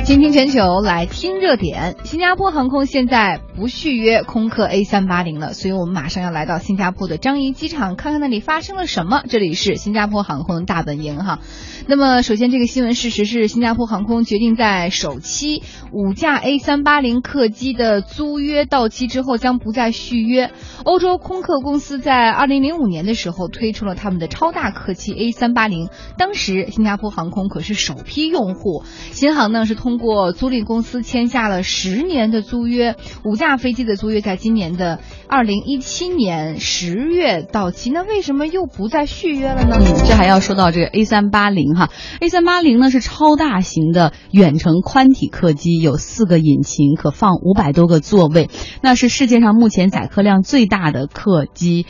倾听全球，来听热点。新加坡航空现在不续约空客 A380 了，所以我们马上要来到新加坡的樟宜机场，看看那里发生了什么。这里是新加坡航空大本营哈。那么首先这个新闻事实是，新加坡航空决定在首期5架 A380 客机的租约到期之后将不再续约。欧洲空客公司在2005年的时候推出了他们的超大客机 A380， 当时新加坡航空可是首批用户。新航呢是通过租赁公司签下了10年的租约，5架飞机的租约在今年的2017年10月到期。那为什么又不再续约了呢？ 这还要说到这个 A380 哈。A380 呢是超大型的远程宽体客机，有4个引擎，可放500多个座位，那是世界上目前载客量最大的客机，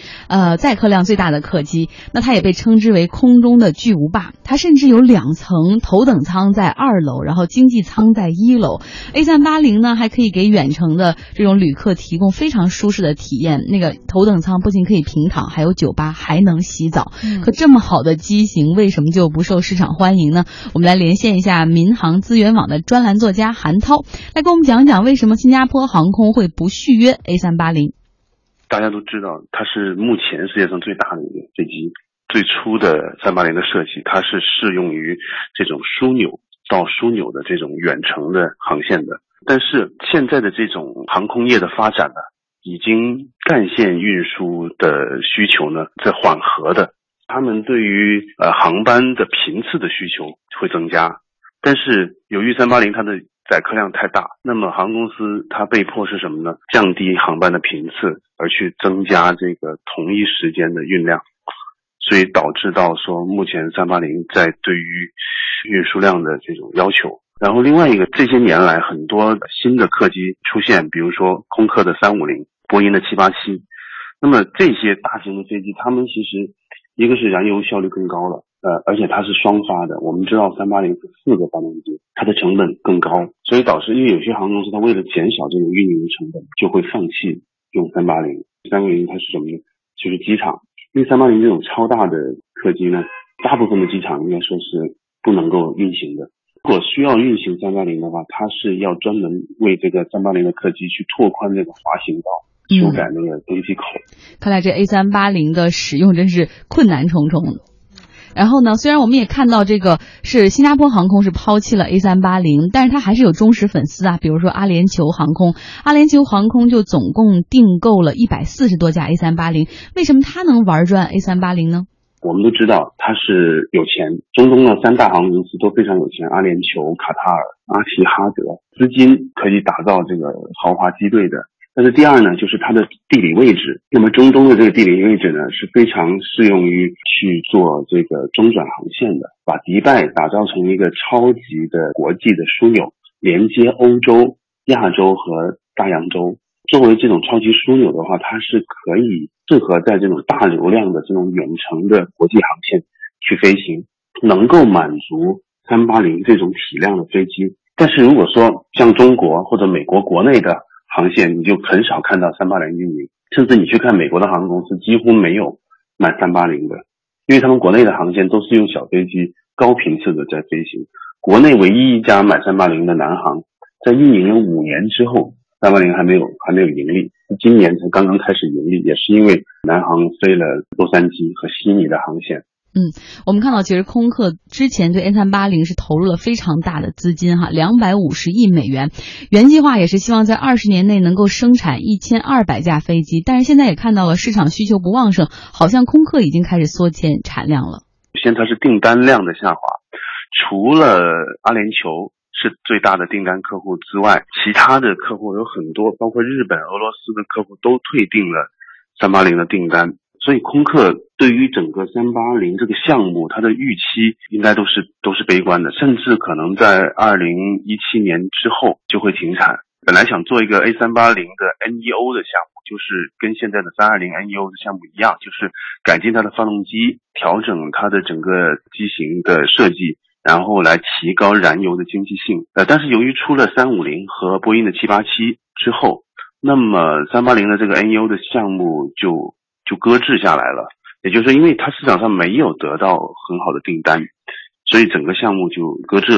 那它也被称之为空中的巨无霸。它甚至有2层，头等舱在2楼，然后经济舱在1楼。A380 呢还可以给远程的这种旅客提供非常舒适的体验，那个头等舱不仅可以平躺，还有酒吧，还能洗澡。可这么好的机型为什么就不受市场欢迎呢？我们来连线一下民航资源网的专栏作家韩涛，来跟我们讲讲为什么新加坡航空会不续约 A380。 大家都知道它是目前世界上最大的一个飞机，最初的380的设计它是适用于这种枢纽到枢纽的这种远程的航线的。但是现在的这种航空业的发展呢，已经干线运输的需求呢在缓和的，他们对于航班的频次的需求会增加，但是由于380它的载客量太大，那么航空公司它被迫是什么呢？降低航班的频次，而去增加这个同一时间的运量，所以导致到说目前380在对于运输量的这种要求。然后另外一个，这些年来很多新的客机出现，比如说空客的350，波音的787，那么这些大型的飞机，他们其实一个是燃油效率更高了，而且它是双发的。我们知道380是4个发动机，它的成本更高，所以导致因为有些航空公司它为了减少这种运营的成本，就会放弃用380。350它是什么呢？就是机场，因为380这种超大的客机呢，大部分的机场应该说是不能够运行的。如果需要运行380的话，它是要专门为这个380的客机去拓宽这个滑行道，修改那个登机口。 看来这 A380 的使用真是困难重重。然后呢，虽然我们也看到这个是新加坡航空是抛弃了 A380， 但是它还是有忠实粉丝啊，比如说阿联酋航空。阿联酋航空就总共订购了140多架 A380， 为什么它能玩转 A380 呢？ 我们都知道它是有钱，中东的3大航空公司都非常有钱，阿联酋、卡塔尔、阿提哈德，资金可以打造这个豪华机队的。但是第二呢，就是它的地理位置。那么中东的这个地理位置呢，是非常适用于去做这个中转航线的，把迪拜打造成一个超级的国际的枢纽，连接欧洲、亚洲和大洋洲。作为这种超级枢纽的话，它是可以适合在这种大流量的这种远程的国际航线去飞行，能够满足380这种体量的飞机。但是如果说像中国或者美国国内的航线，你就很少看到380运营，甚至你去看美国的航空公司几乎没有买380的，因为他们国内的航线都是用小飞机高频次的在飞行。国内唯一一家买380的南航，在运营了5年之后，380还没有盈利，今年才刚刚开始盈利，也是因为南航飞了洛杉矶和悉尼的航线。 我们看到其实空客之前对 A380 是投入了非常大的资金哈，250亿美元，原计划也是希望在20年内能够生产1200架飞机，但是现在也看到了市场需求不旺盛，好像空客已经开始缩减产量了。 现在是订单量的下滑，除了阿联酋是最大的订单客户之外，其他的客户有很多，包括日本、俄罗斯的客户都退订了380的订单。所以空客对于整个380这个项目，它的预期应该都是悲观的，甚至可能在2017年之后就会停产。本来想做一个 A380 的 NEO 的项目，就是跟现在的320 NEO 的项目一样，就是改进它的发动机，调整它的整个机型的设计，然后来提高燃油的经济性。但是由于出了350和波音的787之后，那么380的这个 NEO 的项目就搁置下来了，也就是说因为它市场上没有得到很好的订单，所以整个项目就搁置了。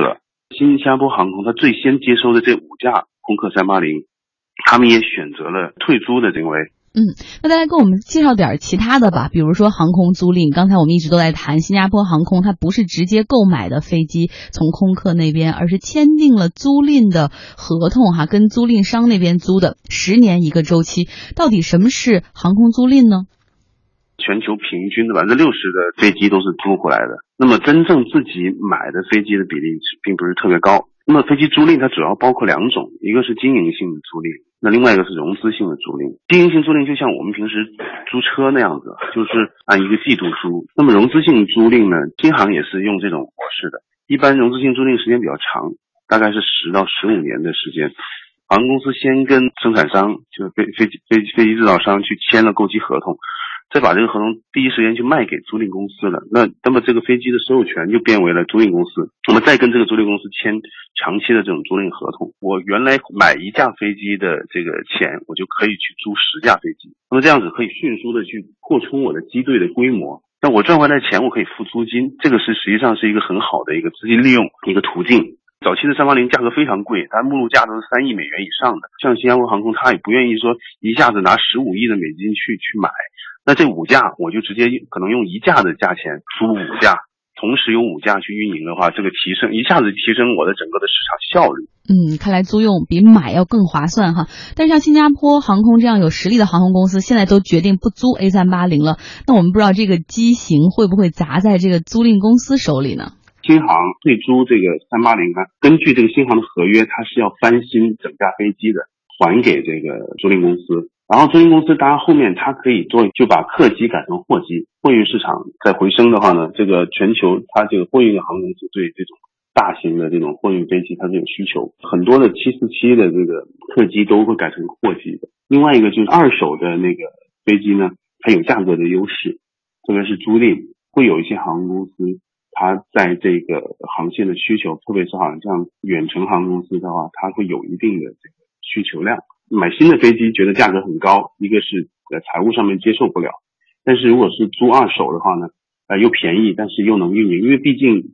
新加坡航空它最先接收的这5架空客380，他们也选择了退租的定位。 那大家给我们介绍点其他的吧，比如说航空租赁。刚才我们一直都在谈新加坡航空，它不是直接购买的飞机从空客那边，而是签订了租赁的合同跟租赁商那边租的10年一个周期。到底什么是航空租赁呢？ 全球平均的60%的飞机都是租回来的，那么真正自己买的飞机的比例并不是特别高。那么飞机租赁它主要包括2种，一个是经营性的租赁，那另外一个是融资性的租赁。经营性租赁就像我们平时租车那样子，就是按一个季度租。那么融资性租赁呢，新航也是用这种模式的，一般融资性租赁时间比较长，大概是10到15年的时间。航空公司先跟生产商，就是飞机制造商去签了购机合同，再把这个合同第一时间去卖给租赁公司了。那么这个飞机的所有权就变为了租赁公司，那么再跟这个租赁公司签长期的这种租赁合同。我原来买1架飞机的这个钱，我就可以去租10架飞机，那么这样子可以迅速的去扩充我的机队的规模。那我赚回来的钱我可以付租金，这个实际上是一个很好的一个资金利用一个途径。早期的380价格非常贵，它目录价都是3亿美元以上的，像新加坡航空它也不愿意说一下子拿15亿的美金去买。那这5架我就直接可能用1架的价钱租5架，同时有5架去运营的话，这个一下子提升我的整个的市场效率。 看来租用比买要更划算哈。但是像新加坡航空这样有实力的航空公司，现在都决定不租 A380了。那我们不知道这个机型会不会砸在这个租赁公司手里呢？ 新航退租这个380呢，根据这个新航的合约，它是要翻新整架飞机的，还给这个租赁公司。然后租赁公司当然后面它可以就把客机改成货机，货运市场在回升的话呢，这个全球它这个货运的航空公司对这种大型的这种货运飞机它是有需求，很多的747的这个客机都会改成货机的。另外一个就是二手的那个飞机呢，它有价格的优势，特别是租赁会有一些航空公司它在这个航线的需求，特别是好像远程航空公司的话，它会有一定的这个需求量。买新的飞机觉得价格很高，一个是财务上面接受不了，但是如果是租二手的话呢，又便宜，但是又能运营，因为毕竟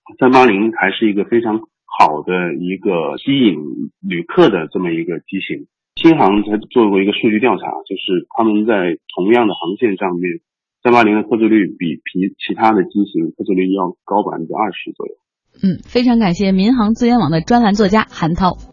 380还是一个非常好的一个吸引旅客的这么一个机型。新航才做过一个数据调查，就是他们在同样的航线上面，380的客座率比其他的机型客座率要高20%左右。 非常感谢民航资源网的专栏作家韩涛。